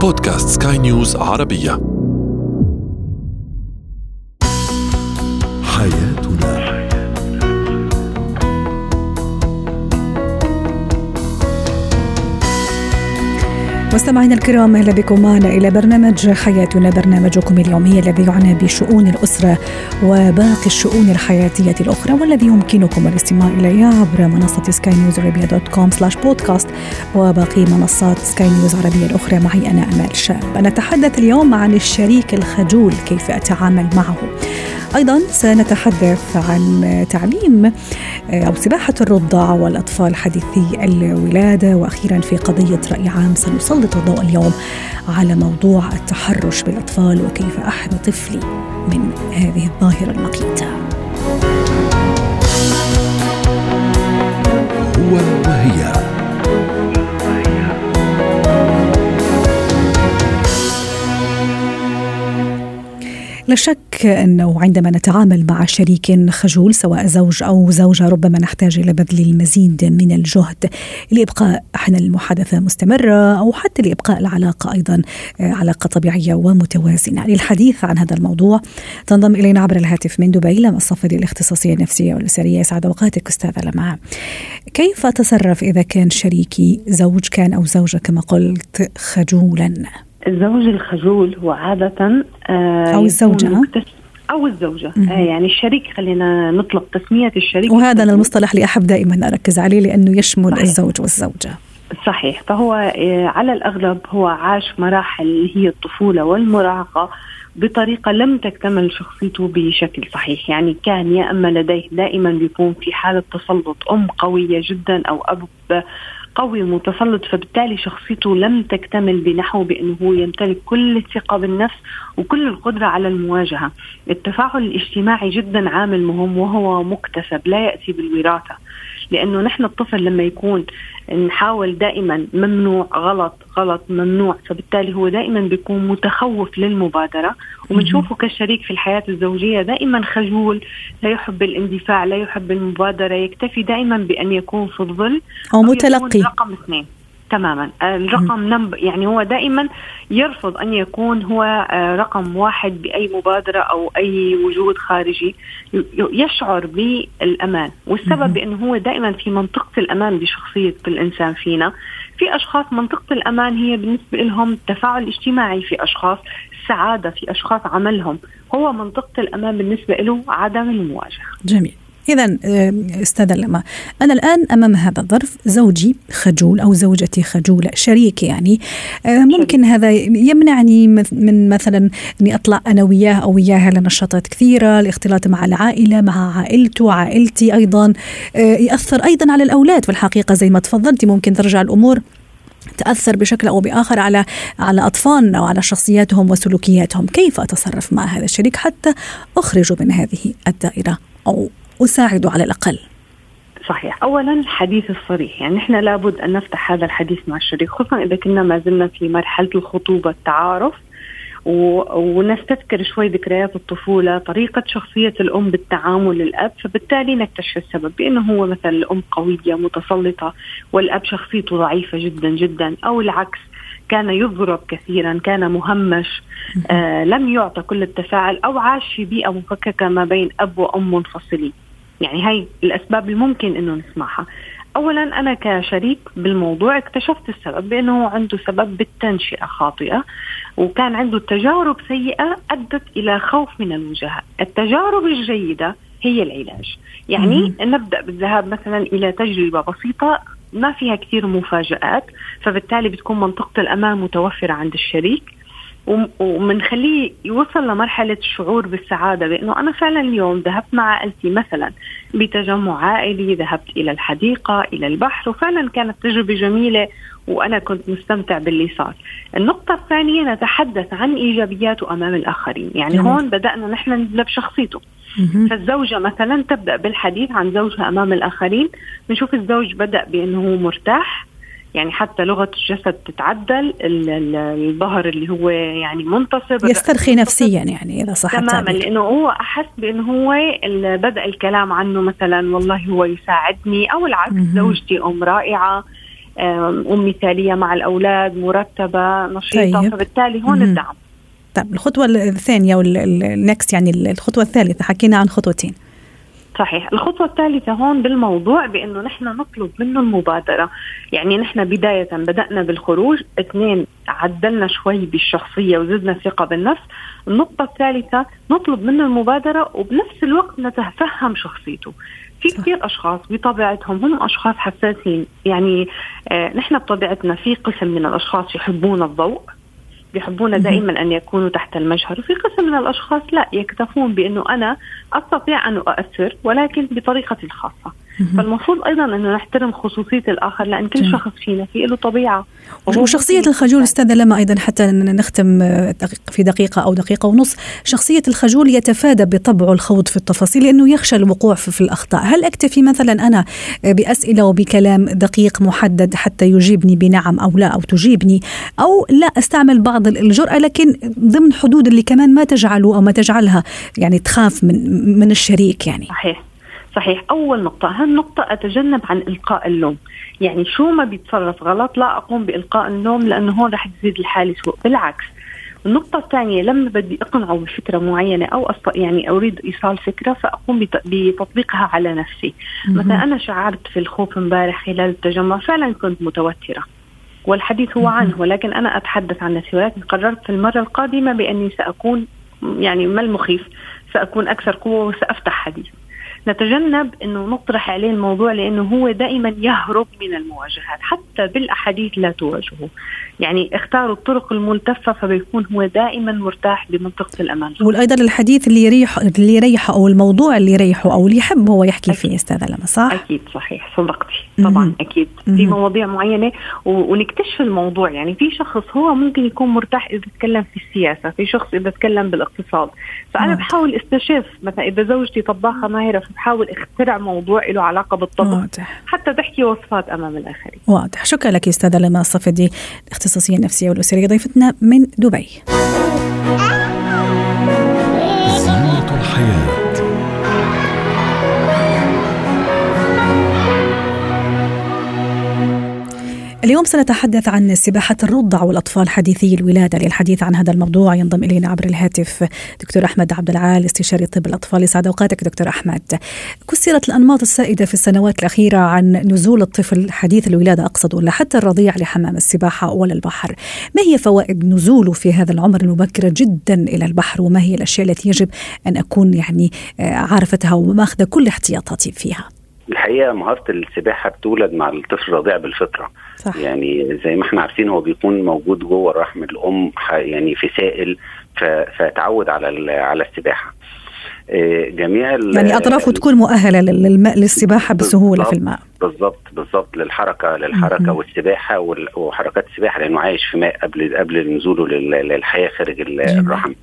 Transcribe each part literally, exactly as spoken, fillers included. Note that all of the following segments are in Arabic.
بودكاست سكاي نيوز عربية. حياتنا. مستمعينا الكرام، أهلا بكم معنا إلى برنامج حياتنا، برنامجكم اليومي الذي يعنى بشؤون الأسرة وباقي الشؤون الحياتية الأخرى، والذي يمكنكم الاستماع إليه عبر منصة سكاي نيوز عربية دوت كوم سلاش بودكاست وباقي منصات سكاي نيوز عربية الأخرى. معي أنا أمال شاب. نتحدث اليوم عن الشريك الخجول، كيف أتعامل معه. أيضا سنتحدث عن تعليم أو سباحة الرضع والأطفال حديثي الولادة، وأخيرا في قضية رأي عام سنسلط الضوء اليوم على موضوع التحرش بالأطفال وكيف أحمي طفلي من هذه الظاهرة المقيتة. هو وهي. لا شك أنه عندما نتعامل مع شريك خجول سواء زوج أو زوجة، ربما نحتاج إلى بذل المزيد من الجهد لإبقاء احنا المحادثة مستمرة أو حتى لإبقاء العلاقة أيضا علاقة طبيعية ومتوازنة. للحديث عن هذا الموضوع تنضم إلينا عبر الهاتف من دبي لما الصفدي الاختصاصية النفسية والأسرية. يسعد أوقاتك أستاذة لمعة. كيف أتصرف إذا كان شريكي زوج كان أو زوجة كما قلت خجولا؟ الزوج الخجول هو عادة أو الزوجة أو الزوجة آه يعني الشريك، خلينا نطلق تسمية الشريك، وهذا المصطلح اللي أحب دائما أركز عليه لأنه يشمل صحيح. الزوج والزوجة. صحيح. فهو على الأغلب هو عاش مراحل هي الطفولة والمراهقة بطريقة لم تكتمل شخصيته بشكل صحيح. يعني كان يا أما لديه دائما بيكون في حالة تسلط أم قوية جدا أو أب قوي متسلط، فبالتالي شخصيته لم تكتمل بنحو بأنه هو يمتلك كل الثقة بالنفس وكل القدرة على المواجهة. التفاعل الاجتماعي جدا عامل مهم وهو مكتسب لا يأتي بالوراثة، لأنه نحن الطفل لما يكون نحاول دائما ممنوع غلط غلط ممنوع، فبالتالي هو دائما بيكون متخوف للمبادرة. ومنشوفه كالشريك في الحياة الزوجية دائما خجول، لا يحب الاندفاع، لا يحب المبادرة، يكتفي دائما بأن يكون في الظل أو متلقي رقم اثنين تماما. الرقم نمب يعني هو دائما يرفض أن يكون هو رقم واحد بأي مبادرة أو أي وجود خارجي. يشعر بالأمان، والسبب بأنه هو دائما في منطقة الأمان بشخصية الإنسان فينا. في أشخاص منطقة الأمان هي بالنسبة لهم التفاعل الاجتماعي، في أشخاص السعادة، في أشخاص عملهم. هو منطقة الأمان بالنسبة له عدم المواجهة. جميل. إذن أستاذة لما، أنا الآن أمام هذا الظرف، زوجي خجول أو زوجتي خجولة، شريك يعني ممكن هذا يمنعني من مثلا أني أطلع أنا وياه أو وياها لنشاطات كثيرة، الاختلاط مع العائلة، مع عائلته، عائلتي أيضا، يأثر أيضا على الأولاد. في الحقيقة زي ما تفضلتي ممكن ترجع الأمور تأثر بشكل أو بآخر على على أطفالنا وعلى شخصياتهم وسلوكياتهم. كيف أتصرف مع هذا الشريك حتى أخرجه من هذه الدائرة أو أساعده على الأقل؟ صحيح. أولا الحديث الصريح، يعني إحنا لابد أن نفتح هذا الحديث مع الشريك، خصوصا إذا كنا ما زلنا في مرحلة الخطوبة التعارف، ونستذكر شوي ذكريات الطفولة، طريقة شخصية الأم بالتعامل للأب، فبالتالي نكتشف السبب بأنه هو مثلا الأم قوية متسلطة والأب شخصيته ضعيفة جدا جدا، أو العكس كان يضرب كثيرا، كان مهمش، آه لم يعطى كل التفاعل، أو عاش في بيئة مفككة ما بين أب وأم منفصلين. يعني هاي الأسباب الممكن أنه نسمعها. أولا أنا كشريك بالموضوع اكتشفت السبب بأنه عنده سبب بالتنشئة خاطئة، وكان عنده تجارب سيئة أدت إلى خوف من الوجهة. التجارب الجيدة هي العلاج. يعني نبدأ بالذهاب مثلا إلى تجربة بسيطة ما فيها كثير مفاجآت، فبالتالي بتكون منطقة الأمان متوفرة عند الشريك، ومنخليه يوصل لمرحلة الشعور بالسعادة بأنه أنا فعلا اليوم ذهبت مع عائلتي مثلا بتجمع عائلي، ذهبت إلى الحديقة، إلى البحر، وفعلا كانت تجربة جميلة وأنا كنت مستمتع باللي صار. النقطة الثانية نتحدث عن إيجابياته أمام الآخرين. يعني مم. هون بدأنا نحن نبدأ بشخصيته. مم. فالزوجة مثلا تبدأ بالحديث عن زوجها أمام الآخرين. نشوف الزوج بدأ بأنه مرتاح، يعني حتى لغة الجسد تتعدل، الظهر اللي هو يعني منتصب، يسترخي نفسيا يعني إذا صح تماما، لأنه هو أحس بأنه هو بدأ الكلام عنه مثلا والله هو يساعدني، أو العكس زوجتي أم رائعة، أم مثالية مع الأولاد، مرتبة، نشيطة. طيب. فبالتالي هون الدعم. طيب الخطوة الثانية والنكست يعني الخطوة الثالثة، حكينا عن خطوتين. صحيح. الخطوة الثالثة هون بالموضوع بأنه نحن نطلب منه المبادرة. يعني نحن بداية بدأنا بالخروج، اثنين عدلنا شوي بالشخصية وزدنا ثقة بالنفس. النقطة الثالثة نطلب منه المبادرة وبنفس الوقت نتفهم شخصيته. في كثير أشخاص بطبيعتهم هم أشخاص حساسين. يعني آه نحن بطبيعتنا في قسم من الأشخاص يحبون الضوء، بيحبون دائما أن يكونوا تحت المجهر، وفي قسم من الأشخاص لا، يكتفون بأنه أنا أستطيع أن أؤثر ولكن بطريقتي الخاصة. فالمفروض أيضا أنه نحترم خصوصية الآخر، لأن كل جميل. شخص فينا فيه له طبيعة. وشخصية الخجول أستاذة لما أيضا حتى نختم في دقيقة أو دقيقة ونص، شخصية الخجول يتفادى بطبعه الخوض في التفاصيل لأنه يخشى الوقوع في الأخطاء. هل أكتفي مثلا أنا بأسئلة وبكلام دقيق محدد حتى يجيبني بنعم أو لا، أو تجيبني، أو لا أستعمل بعض الجرأة لكن ضمن حدود اللي كمان ما تجعله أو ما تجعلها يعني تخاف من من الشريك يعني؟ صحيح صحيح. أول نقطة، أهم نقطة، أتجنب عن إلقاء اللوم. يعني شو ما بيتصرف غلط لا أقوم بإلقاء اللوم، لأنه هون رح تزيد الحالة سوء. بالعكس. النقطة الثانية، لما بدي أقنعه بفكرة معينة أو أصط... يعني أريد إيصال فكرة، فأقوم بت... بتطبيقها على نفسي. مثلا أنا شعرت في الخوف امبارح خلال التجمع، فعلا كنت متوترة والحديث هو عنه، ولكن أنا أتحدث عن نفسي. ولكن قررت في المرة القادمة بأني سأكون يعني ما المخيف، سأكون أكثر قوة وسأفتح حديث. نتجنب أنه نطرح عليه الموضوع، لأنه هو دائما يهرب من المواجهات، حتى بالأحاديث لا تواجهه. يعني اختاروا الطرق الملتفة، فبيكون هو دائما مرتاح بمنطقة الأمان. والأيضا الحديث اللي يريح اللي يريحه أو الموضوع اللي يريحه أو اللي يحب هو يحكي فيه. أستاذة لما صح؟ أكيد صحيح، صدقتي طبعا. م-م. أكيد م-م. في مواضيع معينة ونكتشف الموضوع. يعني في شخص هو ممكن يكون مرتاح إذا تكلم في السياسة، في شخص إذا تكلم بالاقتصاد. فأنا بحاول استشف، مثلا إذا زوجتي طباخة ماهرة بحاول اخترع موضوع له علاقة بالطبخ واضح. حتى تحكي وصفات أمام الآخرين. واضح. شكرا لك أستاذة لما الصفدي، الاختصاصية النفسية والأسرية، ضيفتنا من دبي. زينة الحياة. اليوم سنتحدث عن سباحة الرضع والأطفال حديثي الولادة. للحديث عن هذا الموضوع ينضم إلينا عبر الهاتف دكتور أحمد عبد العال، استشاري طب الأطفال. يسعد أوقاتك دكتور أحمد. كسرت الأنماط السائدة في السنوات الأخيرة عن نزول الطفل حديث الولادة أقصد، ولا حتى الرضيع لحمام السباحة ولا البحر. ما هي فوائد نزوله في هذا العمر المبكرة جدا إلى البحر، وما هي الأشياء التي يجب أن أكون يعني عارفتها وماخذة كل احتياطاتي فيها؟ الحقيقة مهارة السباحة بتولد مع الطفل الرضيع بالفطرة. صح. يعني زي ما احنا عارفين هو بيكون موجود جوه الرحم الأم يعني في سائل، فتعود على على السباحة. جميع يعني أطرافه تكون مؤهلة للماء للسباحة بسهولة في الماء. بالضبط بالضبط للحركة للحركة م- والسباحة وحركات السباحة، لأنه عايش في ماء قبل قبل نزوله للحياة خارج الرحم.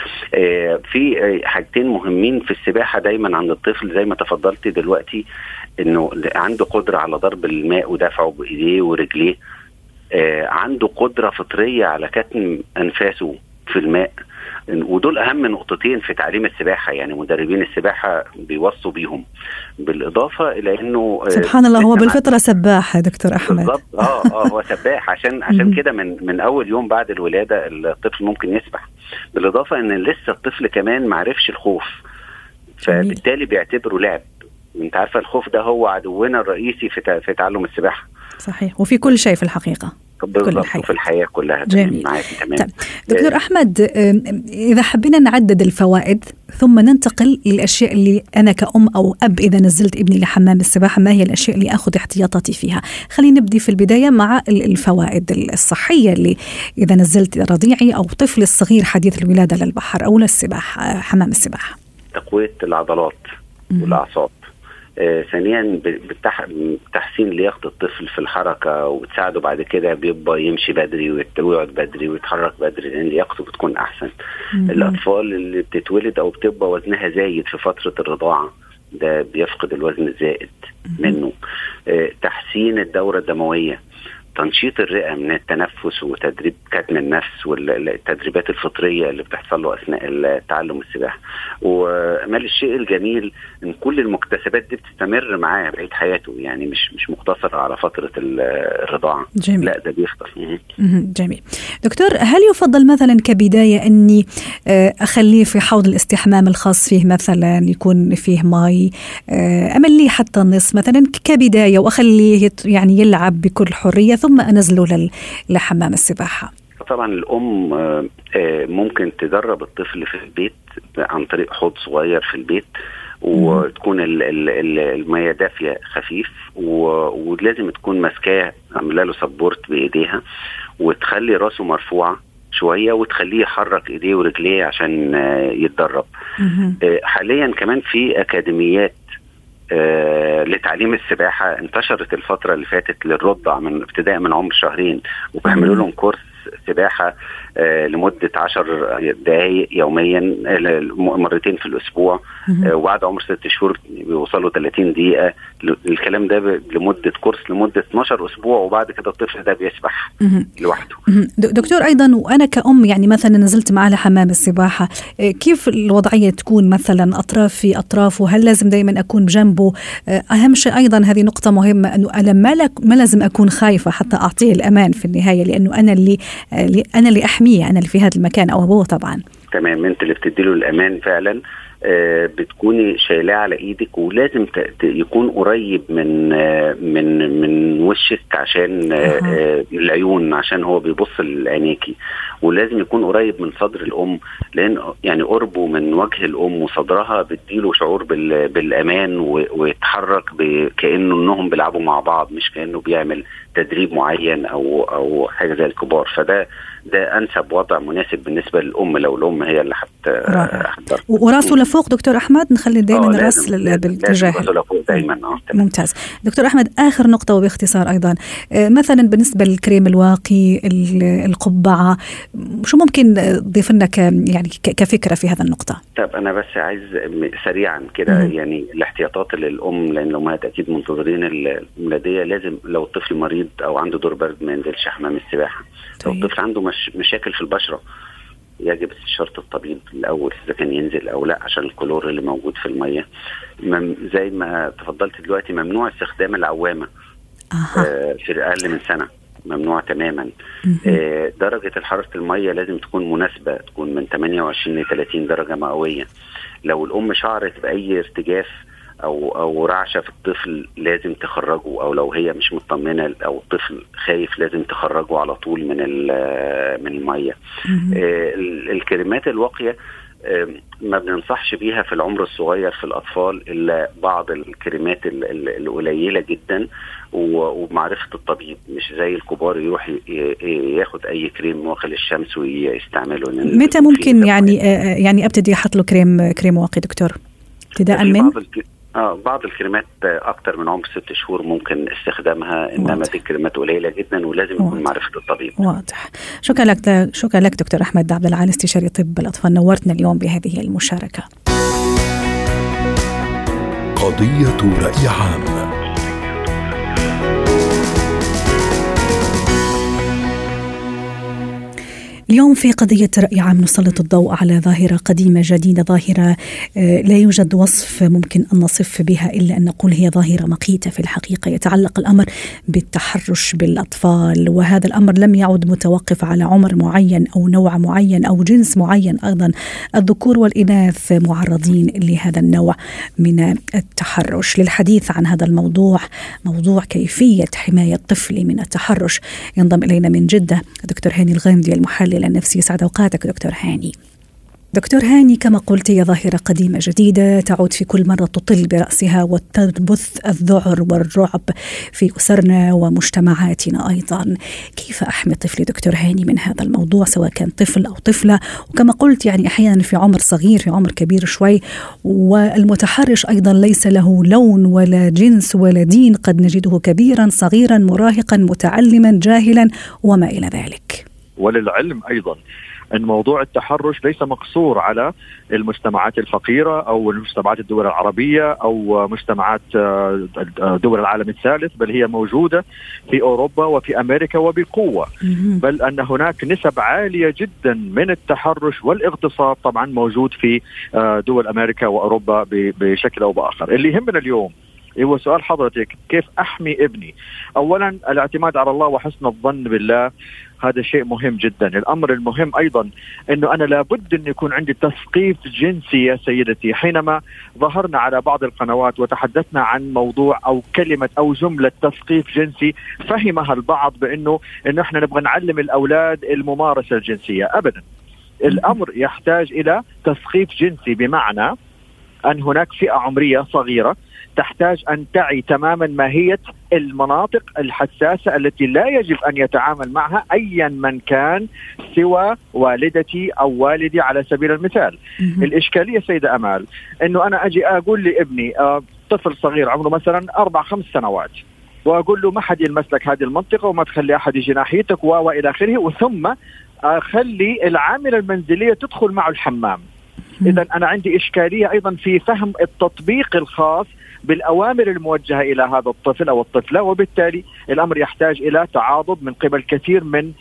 في حاجتين مهمين في السباحة دايما عند الطفل زي ما تفضلت دلوقتي، انه عنده قدرة على ضرب الماء ودفعه بإيديه ورجليه، عنده قدرة فطرية على كتم أنفاسه في الماء. ودول أهم نقطتين في تعليم السباحة، يعني مدربين السباحة بيوصوا بيهم. بالإضافة إلى أنه سبحان الله هو بالفطرة سباح دكتور أحمد. بالضبط. آه آه هو سباح عشان عشان كده من من أول يوم بعد الولادة الطفل ممكن يسبح. بالإضافة أن لسه الطفل كمان معرفش الخوف، فبالتالي بيعتبره لعب. انت عارفة الخوف ده هو عدونا الرئيسي في في تعلم السباحة. صحيح. وفي كل شيء في الحقيقة، كل الحياة. في الحياة كلها. جميل. تمام. دكتور أحمد، إذا حبينا نعدد الفوائد ثم ننتقل للأشياء اللي أنا كأم أو أب إذا نزلت ابني لحمام السباحة ما هي الأشياء اللي أخذ احتياطاتي فيها. خلينا نبدي في البداية مع الفوائد الصحية اللي إذا نزلت رضيعي أو طفل الصغير حديث الولادة للبحر أو للسباحة حمام السباحة. تقوية العضلات والأعصاب. آه، ثانيا بتحسين لياقة الطفل في الحركة، وبتساعده بعد كده بيبقى يمشي بدري ويقعد بدري ويتحرك بدري لأن لياقته بتكون أحسن. مم. الأطفال اللي بتتولد أو بتبقى وزنها زايد في فترة الرضاعة ده بيفقد الوزن الزائد منه. آه، تحسين الدورة الدموية، تنشيط الرئة من التنفس وتدريب كتم النفس والتدريبات الفطرية اللي بتحصل له أثناء التعلم السباحة. ومال الشيء الجميل إن كل المكتسبات دي بتستمر معاه بقية حياته، يعني مش مش مقتصر على فترة الرضاعة. جميل. لا ده بيخطر. جميل دكتور، هل يفضل مثلا كبداية أني أخليه في حوض الاستحمام الخاص فيه مثلا يكون فيه ماء، أمليه حتى النص مثلا كبداية وأخليه يعني يلعب بكل حرية ثم أنزله لحمام السباحة؟ طبعا الأم ممكن تدرب الطفل في البيت عن طريق حوض صغير في البيت، وتكون المياه دافية خفيف، ولازم تكون ماسكاه عامله له سبورت بإيديها، وتخلي راسه مرفوعة شوية وتخليه يحرك إيديه ورجليه عشان يتدرب. حاليا كمان في أكاديميات آه لتعليم السباحة انتشرت الفترة اللي فاتت للرضع من ابتداء من عمر شهرين، وبيعملوا لهم كورس سباحة آه لمدة عشر دقائق يوميا آه مرتين في الأسبوع، آه وبعد عمر ست شهور بيوصلوا ثلاثين دقيقة. الكلام ده لمدة كورس لمدة اثناشر أسبوع، وبعد كده الطفل ده بيسبح لوحده. دكتور أيضا وأنا كأم يعني مثلا نزلت معاه لحمام السباحة، كيف الوضعية تكون مثلا أطراف في أطراف، وهل لازم دايما أكون بجنبه؟ أهم شيء أيضا هذه نقطة مهمة، أنه أنا ما, لك ما لازم أكون خايفة حتى أعطيه الأمان في النهاية، لأنه أنا اللي أنا اللي أحميه، أنا اللي في هذا المكان أو أبوه طبعا. تمام، أنت اللي بتديله الأمان فعلا. آه بتكوني شايلاه على ايدك، ولازم يكون قريب من آه من من وشك عشان آه العيون، عشان هو بيبص لعينيكي، ولازم يكون قريب من صدر الام، لان يعني قربه من وجه الام وصدرها بتديله شعور بالامان، ويتحرك كانه انهم بيلعبوا مع بعض، مش كانه بيعمل تدريب معين او او حاجه زي الكبار. فده ده انسب وضع مناسب بالنسبه للام، لو الام هي اللي حت وراسه لفوق. دكتور احمد نخلي دايما الراس بالاتجاه دايما. اه ممتاز. دكتور احمد اخر نقطه وباختصار ايضا، مثلا بالنسبه للكريم الواقي، القبعه، شو ممكن تضيف لنا يعني كفكره في هذا النقطه؟ طب انا بس عايز سريعا كده يعني الاحتياطات اللي الام، لان الامهات اكيد منتظرين الولاديه، لازم لو الطفل مريض او عنده دور برد ما ينزلش حمام السباحه. لو الطفل عنده مش مشاكل في البشره يجب استشارة الطبيب الأول إذا كان ينزل أو لا، عشان الكلور اللي موجود في المية. زي ما تفضلت دلوقتي ممنوع استخدام العوامة آه في أقل من سنة، ممنوع تماما. آه درجة الحرارة المية لازم تكون مناسبة، تكون من ثمانية وعشرين ل ثلاثين درجة مئوية. لو الأم شعرت بأي ارتجاف او او رعشه في الطفل لازم تخرجه، او لو هي مش مطمنه او الطفل خايف لازم تخرجه على طول من من الميه. آه الكريمات الواقيه آه ما بننصحش بيها في العمر الصغير في الاطفال، الا بعض الكريمات القليله جدا ومعرفه الطبيب، مش زي الكبار يروح ياخد اي كريم واقي للشمس ويستعمله. متى ممكن يعني آه يعني ابتدي احط له كريم كريم واقي دكتور؟ ابتداء من بعض اه بعض الكريمات اكتر من عمر ست شهور ممكن استخدامها، انما دي كريمات قليله جدا ولازم يكون واضح. معرفه الطبيب. واضح. شكرا لك شكرا لك دكتور احمد عبد العال، استشاري طب الاطفال، نورتنا اليوم بهذه المشاركه. قضيه راي عام. اليوم في قضية رأي عام نسلط الضوء على ظاهرة قديمة جديدة، ظاهرة لا يوجد وصف ممكن أن نصف بها إلا أن نقول هي ظاهرة مقيتة في الحقيقة. يتعلق الأمر بالتحرش بالأطفال، وهذا الأمر لم يعد متوقف على عمر معين أو نوع معين أو جنس معين، أيضا الذكور والإناث معرضين لهذا النوع من التحرش. للحديث عن هذا الموضوع، موضوع كيفية حماية الطفل من التحرش، ينضم إلينا من جدة دكتور هاني الغامدي المحلل النفسي. سعد أوقاتك دكتور هاني. دكتور هاني، كما قلت هي ظاهرة قديمة جديدة تعود في كل مرة تطل برأسها وتبث الذعر والرعب في أسرنا ومجتمعاتنا أيضا. كيف أحمي طفلي دكتور هاني من هذا الموضوع، سواء كان طفل أو طفلة، وكما قلت يعني أحيانا في عمر صغير في عمر كبير شوي، والمتحرش أيضا ليس له لون ولا جنس ولا دين، قد نجده كبيرا صغيرا مراهقا متعلما جاهلا وما إلى ذلك. وللعلم أيضا أن موضوع التحرش ليس مقصور على المجتمعات الفقيرة أو المجتمعات الدول العربية أو مجتمعات دول العالم الثالث، بل هي موجودة في أوروبا وفي أمريكا وبقوة، بل أن هناك نسب عالية جدا من التحرش والاغتصاب طبعا موجود في دول أمريكا وأوروبا بشكل أو بآخر. اللي يهمنا اليوم هو سؤال حضرتك كيف أحمي ابني. أولا الاعتماد على الله وحسن الظن بالله، هذا شيء مهم جدا. الأمر المهم أيضا أنه أنا لابد أن يكون عندي تثقيف جنسي يا سيدتي. حينما ظهرنا على بعض القنوات وتحدثنا عن موضوع أو كلمة أو جملة تثقيف جنسي، فهمها البعض بأنه إنه إحنا نبغى نعلم الأولاد الممارسة الجنسية. أبدا، الأمر يحتاج إلى تثقيف جنسي، بمعنى أن هناك فئة عمرية صغيرة تحتاج أن تعي تماما ماهية المناطق الحساسة التي لا يجب أن يتعامل معها أيا من كان سوى والدتي أو والدي على سبيل المثال. الإشكالية سيدة أمال أنه أنا أجي أقول لابني آه طفل صغير عمره مثلا أربع خمس سنوات، وأقول له ما حد يلمس لك هذه المنطقة وما تخلي أحد يجي ناحيتك وإلى آخره، وثم أخلي العاملة المنزلية تدخل معه الحمام. إذن أنا عندي إشكالية أيضا في فهم التطبيق الخاص بالأوامر الموجهة إلى هذا الطفل أو الطفلة، وبالتالي الأمر يحتاج إلى تعاضد من قبل كثير من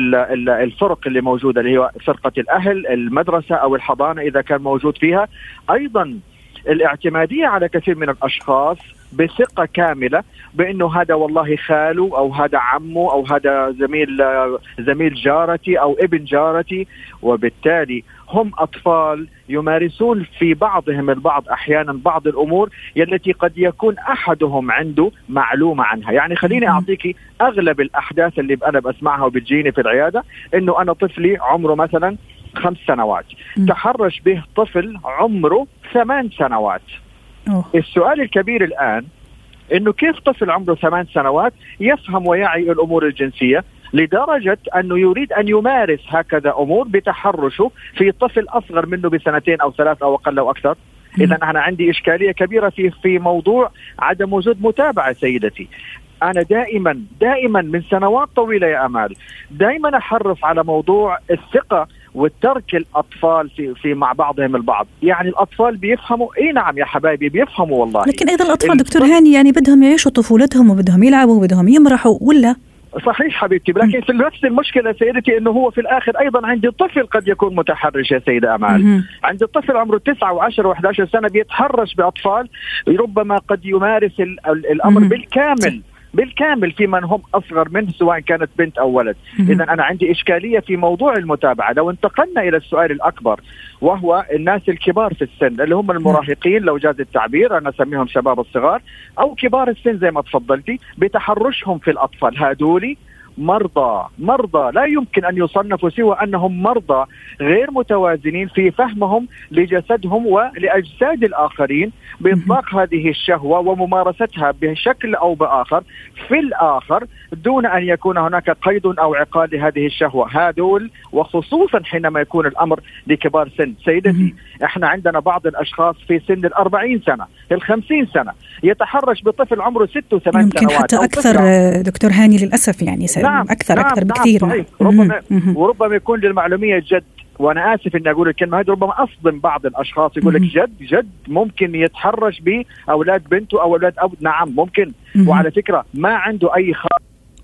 الفرق اللي موجودة، اللي هي فرقة الأهل، المدرسة أو الحضانة إذا كان موجود فيها. أيضا الاعتمادية على كثير من الأشخاص بثقة كاملة بأنه هذا والله خاله أو هذا عمه أو هذا زميل زميل جارتي أو ابن جارتي، وبالتالي هم أطفال يمارسون في بعضهم البعض أحيانا بعض الأمور التي قد يكون أحدهم عنده معلومة عنها. يعني خليني أعطيكي أغلب الأحداث اللي أنا بسمعها وبتجيني في العيادة، إنه أنا طفلي عمره مثلا خمس سنوات تحرش به طفل عمره ثمان سنوات. أوه. السؤال الكبير الآن إنه كيف طفل عمره ثمان سنوات يفهم ويعي الأمور الجنسية لدرجة أنه يريد أن يمارس هكذا أمور بتحرشه في طفل أصغر منه بسنتين أو ثلاث أو أقل أو أكثر. إذن أنا عندي إشكالية كبيرة في في موضوع عدم وجود متابعة سيدتي. أنا دائما دائما من سنوات طويلة يا أمال دائما أحرص على موضوع الثقة والترك الأطفال في في مع بعضهم البعض. يعني الأطفال بيفهموا، إيه نعم يا حبايبي بيفهموا والله، لكن أيضا الأطفال دكتور هاني يعني بدهم يعيشوا طفولتهم وبدهم يلعبوا وبدهم يمرحوا ولا؟ صحيح حبيبتي، لكن في نفس المشكلة سيدتي انه هو في الاخر ايضا عندي طفل قد يكون متحرش يا سيدة امال. عندي طفل عمره تسعة وعشرة وإحدى عشر سنة بيتحرش باطفال، ربما قد يمارس الامر مم. بالكامل بالكامل في من هم أصغر منه سواء كانت بنت أو ولد. إذن أنا عندي إشكالية في موضوع المتابعة. لو انتقلنا إلى السؤال الأكبر وهو الناس الكبار في السن اللي هم المراهقين، لو جاز التعبير أنا أسميهم شباب الصغار أو كبار السن زي ما تفضلتي، بتحرشهم في الأطفال، هادولي مرضى مرضى لا يمكن أن يصنفوا سوى أنهم مرضى غير متوازنين في فهمهم لجسدهم ولأجساد الآخرين بإطلاق هذه الشهوة وممارستها بشكل أو بآخر في الآخر دون أن يكون هناك قيد أو عقاب لهذه الشهوة. هذول وخصوصا حينما يكون الأمر لكبار سن. سيدتي احنا عندنا بعض الأشخاص في سن الأربعين سنة الخمسين سنة يتحرش بطفل عمره ست وثمان سنوات، يمكن حتى أكثر دكتور هاني للأسف، يعني نعم أكثر نعم أكثر بكثير. نعم ربما وربما يكون للمعلومية جد، وأنا آسف إني أقول الكلمة هذه، ربما أصدم بعض الأشخاص يقول لك جد جد ممكن يتحرش بأولاد بنته أو أولاد أب. نعم ممكن، وعلى فكرة ما عنده أي خاص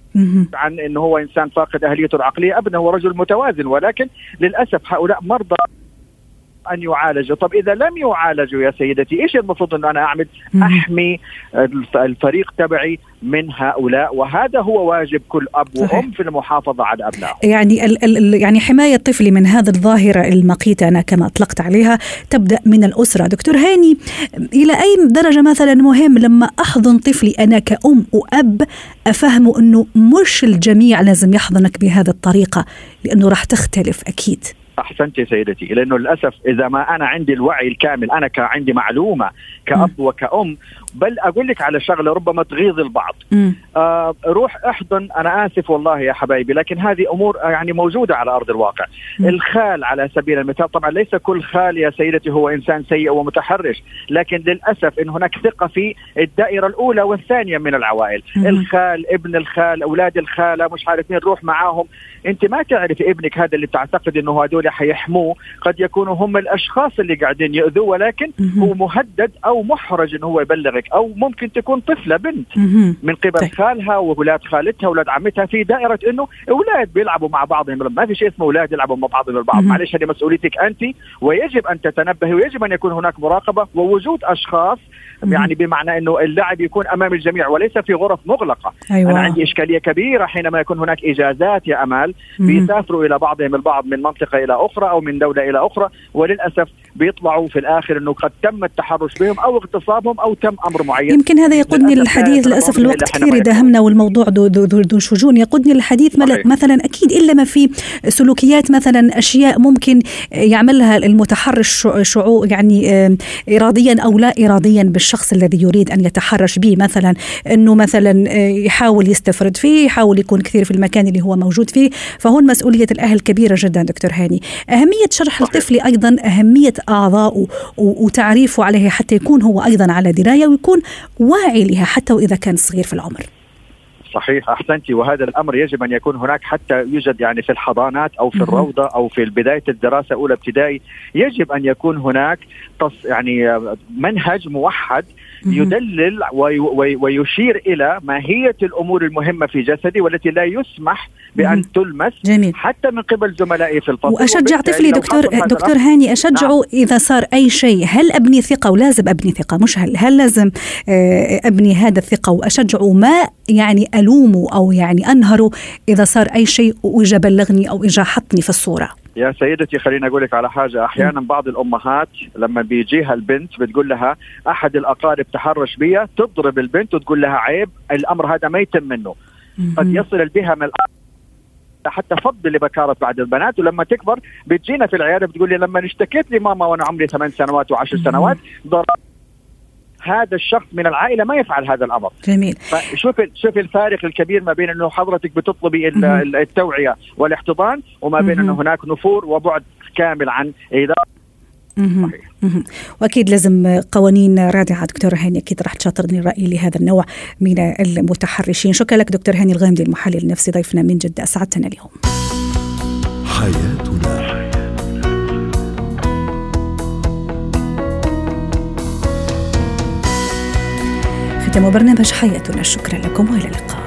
عن إنه هو إنسان فاقد أهليته العقلية أبدا، هو رجل متوازن، ولكن للأسف هؤلاء مرضى أن يعالجوا. طب إذا لم يعالجوا يا سيدتي إيش المفروض أن أنا أعمل؟ أحمي الفريق تبعي من هؤلاء، وهذا هو واجب كل أب وأم في المحافظة على أبنائهم. يعني ال ال يعني حماية الطفل من هذه الظاهرة المقيتة أنا كما أطلقت عليها تبدأ من الأسرة. دكتور هاني، إلى أي درجة مثلا مهم لما أحضن طفلي أنا كأم وأب أفهمه أنه مش الجميع لازم يحضنك بهذه الطريقة لأنه راح تختلف أكيد؟ أحسنتي سيدتي، لأنه للأسف إذا ما أنا عندي الوعي الكامل، أنا عندي معلومة كأب وكأم بل أقول لك على شغلة ربما تغيظ البعض. آه روح احضن، أنا آسف والله يا حبايبي، لكن هذه أمور يعني موجودة على أرض الواقع. م. الخال على سبيل المثال، طبعا ليس كل خال يا سيدتي هو إنسان سيء ومتحرش، لكن للأسف إن هناك ثقة في الدائرة الأولى والثانية من العوائل. م. الخال، ابن الخال، أولاد الخالة، مش عارف مين، روح معاهم. أنت ما تعرف ابنك هذا اللي بتعتقد إنه هذول حيحموه قد يكونوا هم الأشخاص اللي قاعدين يؤذوه، ولكن م. هو مهدد أو محرج إنه هو يبلغك. أو ممكن تكون طفلة بنت م. من قبل طيب. خالها وأولاد خالتها وأولاد عمتها في دائرة إنه أولاد بيلعبوا مع بعضهم. ما في شيء اسمه أولاد يلعبوا مع بعضهم البعض. معلش، هذه مسؤوليتك أنت، ويجب أن تتنبهي، ويجب أن يكون هناك مراقبة ووجود أشخاص يعني بمعنى أنه اللعب يكون أمام الجميع وليس في غرف مغلقة. أيوة. أنا عندي إشكالية كبيرة حينما يكون هناك إجازات يا أمال بيسافروا إلى بعضهم البعض من منطقة إلى أخرى أو من دولة إلى أخرى، وللأسف بيطلعوا في الآخر أنه قد تم التحرش بهم أو اغتصابهم أو تم أمر معين. يمكن هذا يقودني للحديث، للأسف الوقت كثير يداهمنا والموضوع ذو دو دو دو شجون، يقودني للحديث مثلا أكيد إلا ما في سلوكيات مثلا أشياء ممكن يعملها المتحرش شعور يعني إراديا أو لا إراديا بالشخص الذي يريد أن يتحرش به، مثلا أنه مثلا يحاول يستفرد فيه، يحاول يكون كثير في المكان اللي هو موجود فيه. فهون مسؤولية الأهل كبيرة جدا دكتور هاني. أهمية شرح الطفل أيضا أهمية أعضائه وتعريفه عليه حتى يكون هو أيضا على دراية ويكون واعي لها حتى وإذا كان صغير في العمر. صحيح، أحسنتي. وهذا الأمر يجب أن يكون هناك حتى يوجد يعني في الحضانات أو في الروضة أو في بداية الدراسة أولى ابتدائي، يجب أن يكون هناك تص يعني منهج موحد يدلل وي ويشير إلى ماهية الأمور المهمة في جسدي والتي لا يسمح بأن تلمس. جميل. حتى من قبل زملائي في الفصل. وأشجع طفلي دكتور دكتور هاني أشجعه. نعم. إذا صار أي شيء هل أبني ثقة، ولازم أبني ثقة، مش هل هل لازم أبني هذا الثقة وأشجعه، ما يعني ألومه أو يعني أنهره إذا صار أي شيء وإجا بلغني أو إجا حطني في الصورة. يا سيدتي خليني أقول لك على حاجة. أحيانا بعض الأمهات لما بيجيها البنت بتقول لها أحد الأقارب تحرش بيها، تضرب البنت وتقول لها عيب، الأمر هذا ما يتم منه. قد يصل بها من الأرض حتى فض لبكارة بعض البنات، ولما تكبر بتجينا في العيادة بتقول لي لما اشتكيت لي ماما وأنا عمري ثمان سنوات وعشر سنوات ضرب هذا الشخص من العائلة ما يفعل هذا الأمر. جميل. فشوف شوف الفارق الكبير ما بين أنه حضرتك بتطلبي التوعية والاحتضان وما بين أنه هناك نفور وبعد كامل عن إدارة. وأكيد لازم قوانين رادعة. دكتور هاني أكيد راح تشاطرني الرأي لهذا النوع من المتحرشين. شكرا لك دكتور هاني الغامدي المحلل النفسي ضيفنا من جدة، أسعدتنا اليوم. حياتنا. ختام برنامج حياتنا، شكرا لكم وإلى اللقاء.